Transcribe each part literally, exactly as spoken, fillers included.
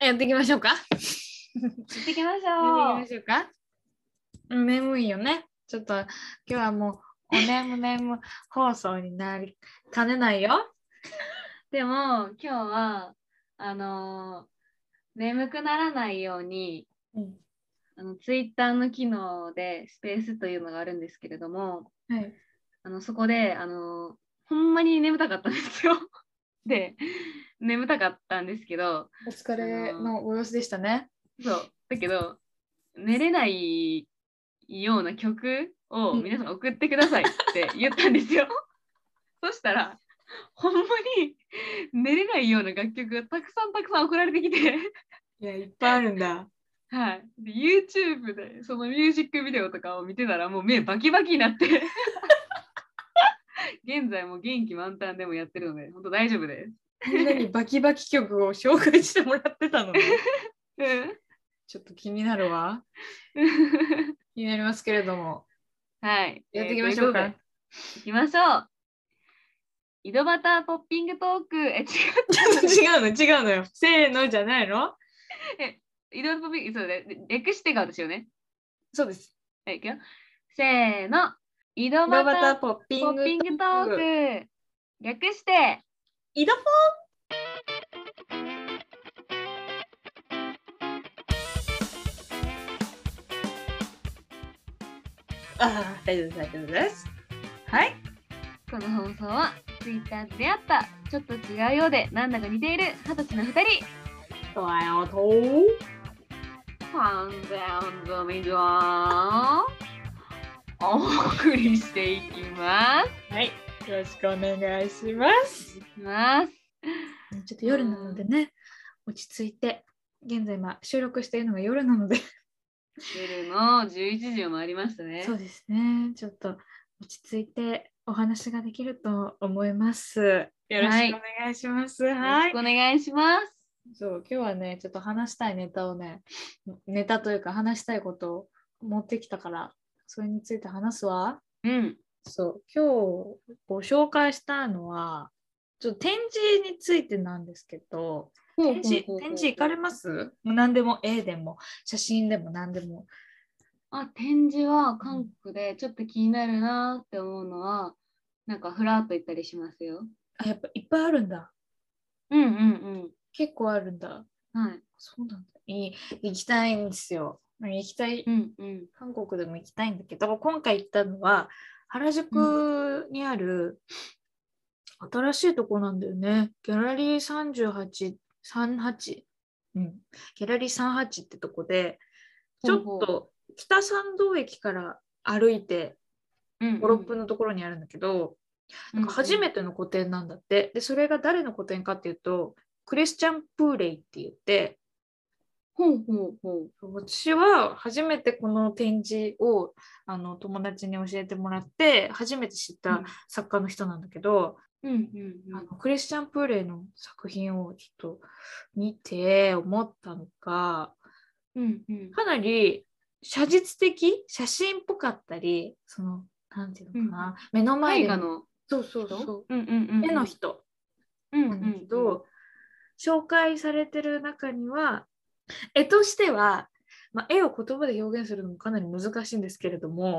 やっていきましょうか。 やっていきましやょう。 っていきましょうか。眠いよね。ちょっと今日はもうお眠眠放送になりかねないよ。 でも今日はあのー、眠くならないように、 うん、 あのツイッターの機能でスペースというのがあるんですけれども、 はい、 あのそこであのー、ほんまに眠たかったんですよ。で眠たかったんですけど、 お疲れのご様子でしたね。 そうだけど寝れないような曲を皆さん送ってくださいって言ったんですよ。そしたらほんまに寝れないような楽曲がたくさんたくさん送られてきていや、いっぱいあるんだ。 はい、で YouTube でそのミュージックビデオとかを見てたらもう目バキバキになって現在も元気満タンでもやってるので本当大丈夫です。 みんなにバキバキ曲を紹介してもらってたのね。ちょっと気になるわ。気になりますけれども。 はい。 やっていきましょうか。 えー、いきましょう。井戸端ポッピングトーク。え、違う。 違うの、違うのよ。せーのじゃないの？ え、井戸端ポッピング、そうで、略してが私よね。 そうです。 はい、いくよ。せーの。井戸井戸端端ポッピポングッピングトトーク。 ーク。略して、 井戸ポン。ああ、大丈夫です、大丈夫です。はい。 この放送は Twitter で出会ったちょっと違うようでなんだか似ている二十歳の二人。 おはようと。 完全組がお送りしていきます。 はい。よろしくお願いします。 いきます。 ちょっと夜なのでね、落ち着いて、現在今収録しているのが夜なので夜のじゅういちじを回りましたね。 そうですね。ちょっと落ち着いてお話ができると思います。よろしくお願いします。はい。 よろしくお願いします。 そう、今日はね、ちょっと話したいネタをね、ネタというか話したいことを持ってきたから、それについて話すわ。 うん。 そう、今日ご紹介したのは、ちょっと展示についてなんですけど、展示、展示行かれます？もう何でも、絵でも、写真でも何でも。 あ、展示は韓国でちょっと気になるなって思うのは、なんかふらっと行ったりしますよ。 あ、やっぱいっぱいあるんだ。 うんうん結構あるんだ。 うん。はい。 そうなんだ。いい行きたいんですよ。行きたい、 うんうん。 韓国でも行きたいんだけど、今回行ったのは原宿にある新しいとこなんだよね。ギャラリーさんじゅうはち、さんじゅうはち、うん、ギャラリーさんじゅうはちってとこで、ちょっと北参道駅から歩いてご、ろっぷんのところにあるんだけど、なんか初めての個展なんだって。で、それが誰の個展かっていうと、クリスチャン・プーレイって言って、 ほうほうほう。 私は初めてこの展示をあの友達に教えてもらって初めて知った作家の人なんだけど、 うんうんうん、 あのクリスチャン・プーレイの作品をちょっと見て思ったのが、 うんうん、 かなり写実的、写真っぽかったり、そのなんていうのかな、うん、目の前で絵画のそうそうそう、 うんうんうんうん、 絵の人なんだけど、うんうんうん、紹介されてる中には絵としては、まあ、絵を言葉で表現するのもかなり難しいんですけれども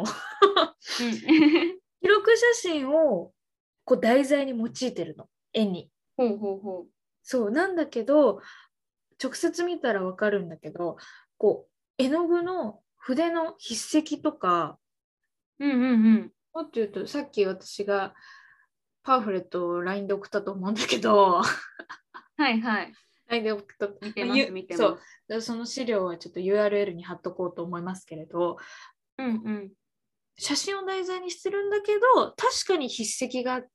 記録写真をこう題材に用いてるの、絵に。 ほうほうほう。 そうなんだけど直接見たら分かるんだけど、こう絵の具の筆の筆跡とか、 うんうんうん、 もっと言うとさっき私がパンフレットを ライン で送ったと思うんだけどはいはい、 ライン で送った見てます見てます。 そう、その資料はちょっと ユーアールエル に貼っとこうと思いますけれど、 うんうん、 写真を題材にしてるんだけど確かに筆跡があって、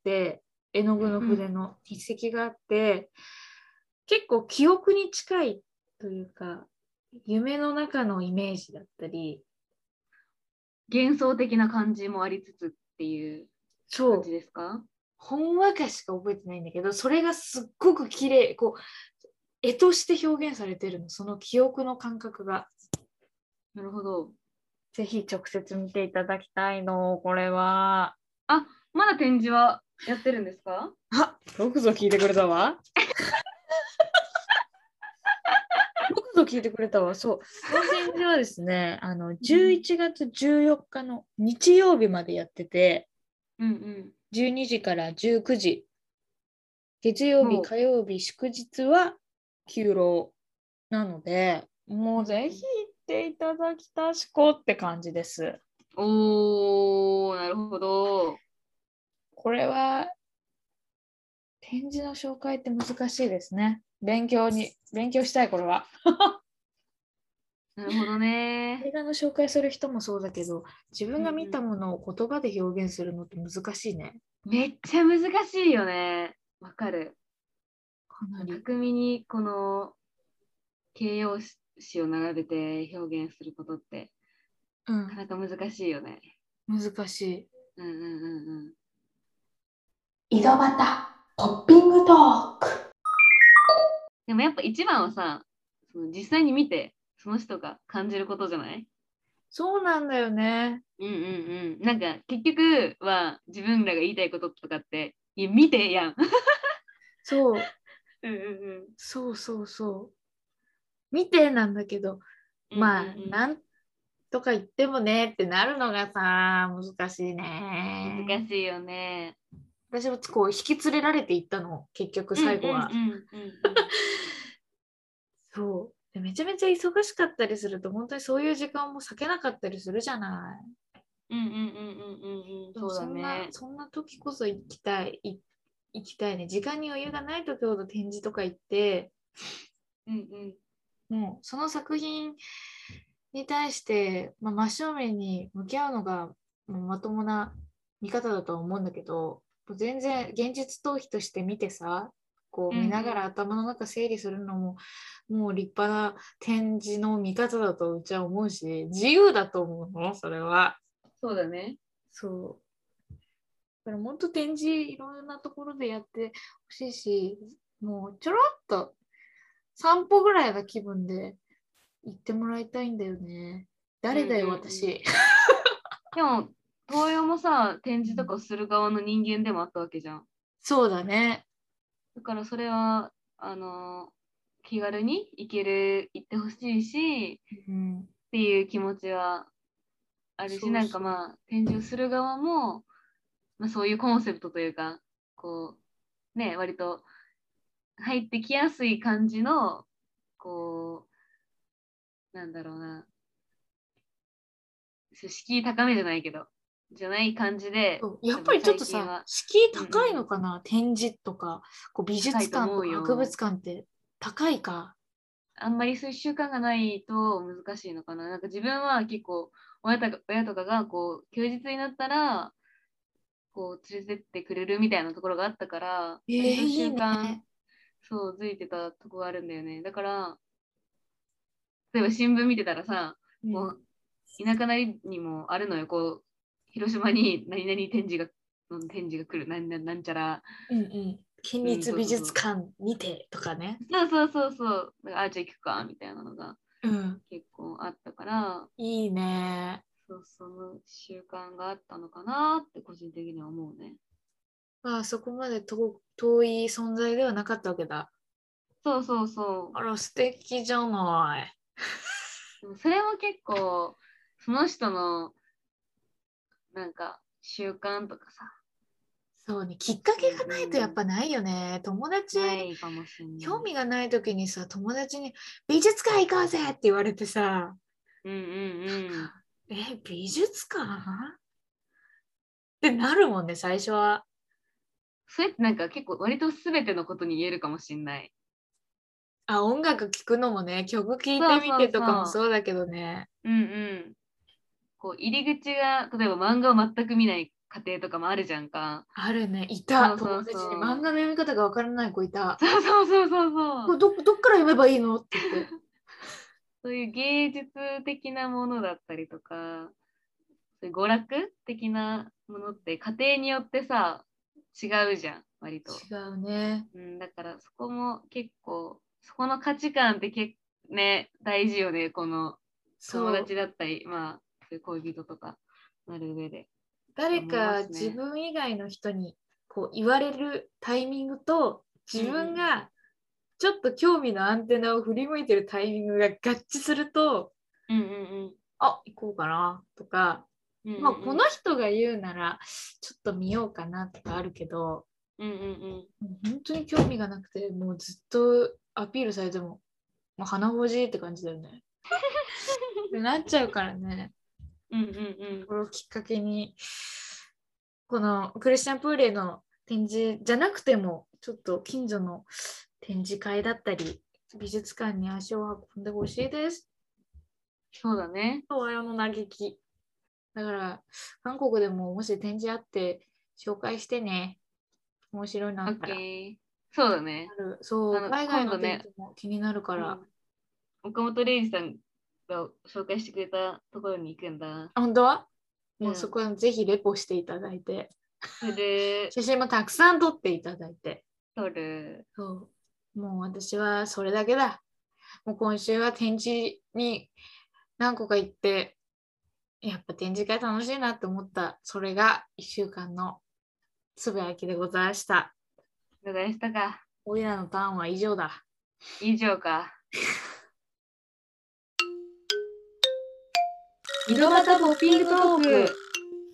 絵の具の筆の筆跡があって、うん、結構記憶に近いというか夢の中のイメージだったり幻想的な感じもありつつっていう感じですか？ ほんわかしか覚えてないんだけど、それがすっごく綺麗、こう絵として表現されてるの、その記憶の感覚が。 なるほど。 ぜひ直接見ていただきたいの、これは。 あ、まだ展示はやってるんですか？ あ、よくぞ聞いてくれたわ。 ど聞いてくれたわ。そう。この展示はですね、あのじゅういちがつじゅうよっかの日曜日までやってて、 うんうん。 じゅうにじからじゅうくじ、月曜日、 も火曜日、祝日は休労なので、もう、 うぜひ行っていただきたしこって感じです。 おー、なるほど。 これは展示の紹介って難しいですね。勉強に、勉強したい、これは。 なるほどね。 映画の紹介する人もそうだけど、自分が見たうんものを言葉で表現するのって難しいね。 めっちゃ難しいよね。わかる。 かなり。 巧みにこの形容詞を並べて表現することってうなかなか難しいよね。 ん、難しい。 うんうんうんうん。 井戸端ポッピングトーク。 でもやっぱ一番はさ、その実際に見てその人が感じることじゃない？ そうなんだよね。 うんうんうん。なんか結局は自分らが言いたいこととかって、いや見てやん。 そう、 うんうんそうそうそう。見てなんだけど、 うん。うんまあ、 うんなんとか言ってもねってなるのがさ、難しいうん。 ね。 難しいよね。 私もこう引き連れられていったの、結局うんうん最後は。 うんうんそう。でめちゃめちゃ忙しかったりすると、本当にそういう時間も避けなかったりするじゃない。 うんうんうんうんうんうん。 でもそうだそんな、 ね。 そんな時こそ行きたい。い行きたいね。時間に余裕がない時ほど展示とか行って、 うんうんもうその作品に対して、まあ、真正面に向き合うのが、まあまともな見方だとは思うんだけど、全然現実逃避として見てさ、こううんう見ながらん。 頭の中整理するのも、もう立派な展示の見方だとうちは思うし、自由だと思うの、それは。 そうだね。 そう。だから本当展示いろんなところでやってほしいし、もうちょろっと散歩ぐらいの気分で行ってもらいたいんだよね。誰だよ、 うんうんうん。 私。 でも、東洋もさ、展示とうんかする側の人間でもあったわけじゃん。 そうだね。 だからそれは、あの、気軽に行ける、行ってほしいし、 うん、 っていう気持ちはあるし、なんかそうそう。 まあ、展示をする側も、まあ、そういうコンセプトというか、こう、ね、割と入ってきやすい感じの、こう、なんだろうな、敷居高めじゃないけど、じゃない感じで、 そうやっぱ多分りちょっとさ、 最近は、 敷居うんうん高いうん、 のかな、展示とか、こう美術高いと思館とか博うよ。 物館って高いか。 あんまりそういう習慣がないと難しいのかな。なんか自分は結構親とか親とかがこう休日になったらこう連れてってくれるみたいなところがあったから、 えー、 割と習いいね。 慣そうついてたとこがあるんだよね。だから例えば新聞見てたらさ、 うん、 こう田舎なりにもあるのよ。こう広島に何々展示がの展示が来るなんなんなんちゃら、 うんうん。県うん立美そうそうそう。 術館にてとかね。 そうそうそうそう。だからあじゃあ行くかみたいなのがうん。 結構あったから。 いいね。 そう、その習慣があったのかなって個人的には思うね。 まあそこまで遠遠い存在ではなかったわけだ。 そうそうそあら、素敵じゃない。 う。でもそれも結構、その人のなんか習慣とかさ、 そうね、きっかけがないとやっうんぱないよね。友達、 うん、ないかもしれない。 興味がない時にさ、友達に美術館行こうぜって言われてさ、 うんうんうん。 え、美術館ってなるもんね、最初は。 それってなんか結構割と全てのことに言えるかもしれない。 あ、音楽聴くのもね、曲聴いてそうそうみてとかもそう。 そうだけどね。 うんうん。こう入り口が、例えば漫画を全く見ない家庭とかもあるじゃんか。 あるね、いた。 そうそう友達に漫そう。 画の読み方がわからない子いた。 そうそうそうそうそう。 これど、どっから読めばいいのって言って。 そういう芸術的なものだったりとか、そういう娯楽的なものって家庭によってさ、違うじゃん、割と。 違うね。 うん、だからそこも結構、そこの価値観って結構ね、大事よね、この友そう。 達だったり、まあ、そういう恋人とかなる上で。って誰思いまか自すね。 分以外の人にこう言われるタイミングと自うんうん。 分がちょっと興味のアンテナを振り向いてるタイミングが合致すると、 うんうんあ、行こうかなとか、 うん。 まあ、この人が言うならちょっと見ようかなとかあるけど、 うんうんうん。 もう本当に興味がなくて、もうずっとアピールされても、もう鼻ほじって感じだよね。ってなっちゃうからね、 うんうんこれをきっかけに、このクリスチャン・プーレの展示じゃなくても、ちょっと近所の展示会だったり、美術館に足を運んでほしいです。 そうだね。 とは世の嘆き。だから、韓国でももし展示あって紹介してね。面白いなオッったら。 ケー。そうだね。 あるそう、 あの海外今度ねの展示も気になるから。 うん岡本零士さんが紹介してくれたところに行くんだ。 あ、本当はうんもうそこはぜひレポしていただいて、 それで、 写真もたくさん撮っていただいて。 撮る。 そう。もう私はそれだけだ。もう今週は展示に何個か行って、やっぱ展示会楽しいなって思った。それがいっしゅうかんのつぶやきでございました。 どうでしたか？ おいらのターンは以上だ。 以上か。 井戸端ポッピングトーク。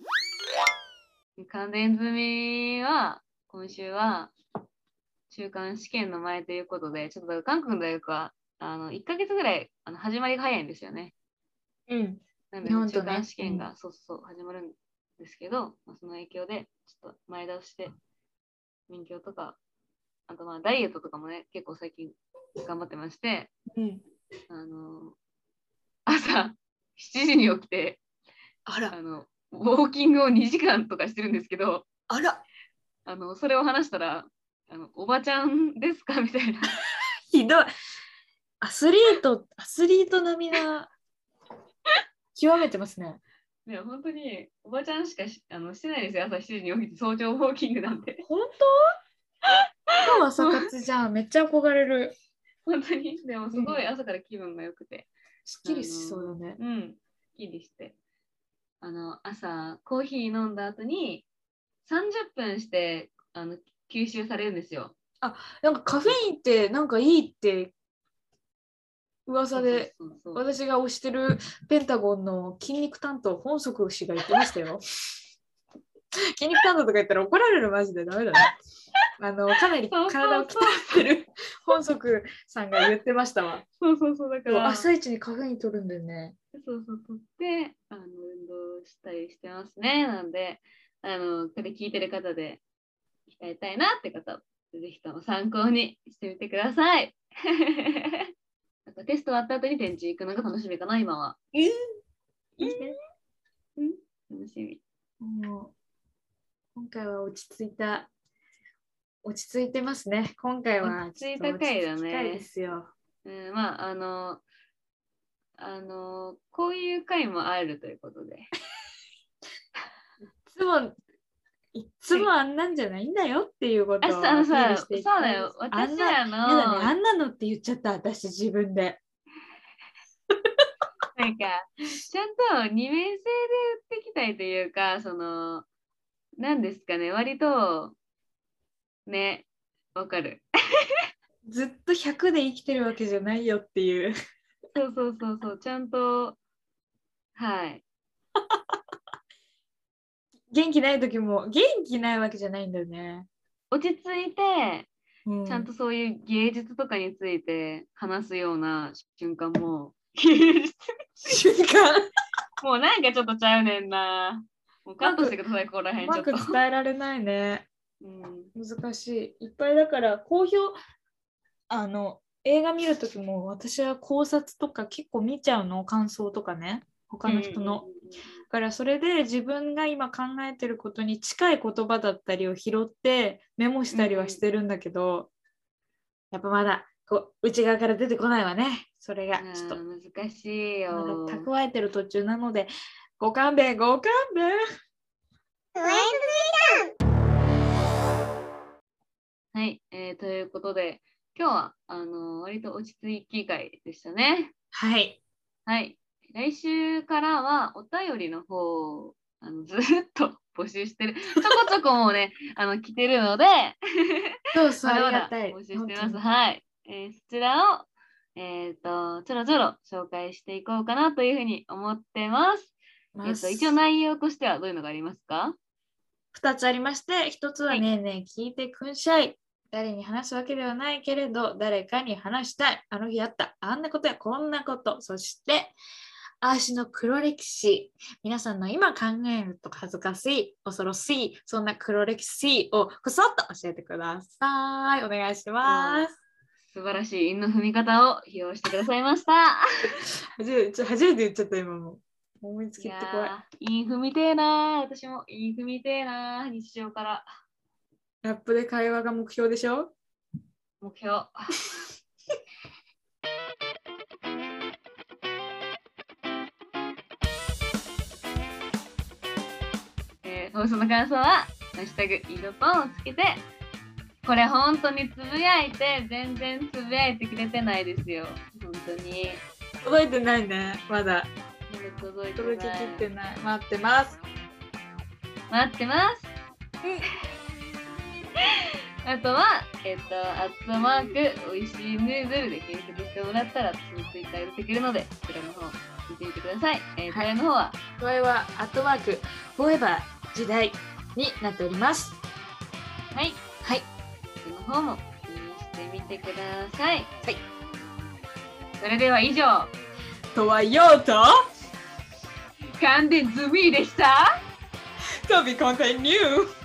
関連済みは、今週は中間試験の前ということで、ちょっと韓国の大学はあのいっかげつぐらいあの始まりが早いんですよね。 うん。 なので、 日本とね中間試験が、そうそう始まるんですけど、まあ、その影響でちょっと前倒して勉強とか、あとまあダイエットとかもね、結構最近頑張ってまして、 うん。 あの朝しちじに起きて、 あら、 あのウォーキングをにじかんとかしてるんですけど、 あら、 あのそれを話したら、あのおばちゃんですかみたいな。 ひどい。アスリート、アスリート並みな、極めてますね。 ね、本当におばちゃんしかしあのしてないですよ、朝しちじに起きて早朝ウォーキングなんて。 本当超朝活じゃん。めっちゃ憧れる。 本当に、でもすごい朝から気分が良くて。 すっきりしそうだね。 あのうん、すっきりして。あの朝、コーヒー飲んだ後にさんじゅっぷんしてあの吸収されるんですよ。 なんかカフェインってなんかいいって噂で、 そうそうそうそう私が推してるペンタゴンの筋肉担当本則氏が言ってましたよ。筋肉担当とか言ったら怒られるマジでダメだね。あのかなり体を鍛えてる本則さんが言ってましたわ。 そうそうそう、だから朝一にカフェイン取るんだよね。 そうそうそうであの運動したりしてますね。なんであのこれ聞いてる方で鍛えたいなって方、ぜひとも参考にしてみてください。なんかテスト終わった後に展示行くのが楽しみかな、今は。 えー、いいいね。うん、楽しみ。 もう今回は落ち着いた、落ち着いてますね。今回は落ち着いた回だね落ち着き回ですよ。 うん、まあ、あの、あの、こういう回もあるということで。 いつも、いつもあんなんじゃないんだよっていうことをあ、 アピーさ、そうルしていきたいだよ。 です。あんな、 私らの、 やだね、あんなのって言っちゃった、私自分で。 なんか、ちゃんと二面性で売っていきたいというか、その、なんですかね、割と、ね、わかる。 ずっとひゃくで生きてるわけじゃないよっていう。 そうそうそうそう、ちゃんと、はい。 元気ない時も、元気ないわけじゃないんだよね。 落ち着いて、 うん、 ちゃんとそういう芸術とかについて話すような瞬間も、芸術瞬間。 もうなんかちょっとちゃうねんな。もうカットしてください、ここらう辺ちょっと。 まく伝えられないね。 うん、 難しい。いっぱいだから好評、あの映画見るときも私は考察とか結構見ちゃうの、感想とかね、他の人の。だからそれで自分が今考えてることに近い言葉だったりを拾ってメモしたりはしてるんだけど、うん、やっぱまだこう内側から出てこないわね。それがちょっと難しいよ。 まだ蓄えてる途中なのでご勘弁ご勘弁。 はい、えー、ということで今日はあの割と落ち着き会でしたね。 はい。 はい。来週からはお便りの方あのずっと募集してる。ちょこちょこもうねあの来てるので、 そうそう、 まだまだありがたい。 募集してます。はい。 えーそちらを、えっ、と、ちょろちょろ紹介していこうかなというふうに思ってます。えっ、と、一応内容としてはどういうのがありますか？ ふたつありまして、ひとつははいねえねえ聞いてくんしゃい。誰に話すわけではないけれど、誰かに話したい。あの日あった、あんなことやこんなこと。そして、足の黒歴史。皆さんの今考えると恥ずかしい、恐ろしい、そんな黒歴史をこそっと教えてください。お願いします。 素晴らしい韻の踏み方を披露してくださいました。 初めてちょ初めて言っちゃった今も。思いついきって怖い。 やー、韻踏みてえなー。私も韻踏みてえなー。日常からラップで会話が目標でしょ？ 目標。えー放送の感想は「ハッシュタグイドポン」をつけて、これ本当につぶやいて、全然つぶやいてくれてないですよ。本当に。 届いてないね。まだまだ届いて届ききない。 ってない。待ってます。 待ってます。あとは、えっ、と、アットマーク、おいしいヌードルで検索してもらったら、私のツイッターが出てくるので、こちらの方、見てみてください。えー、これの方は、 これはアットマーク、フォーエバー時代になっております。 はい、 はい。 こっちの方も気にしてみてください。 はい。 それでは以上、 とはようと、 感電済みでした。 To be continued!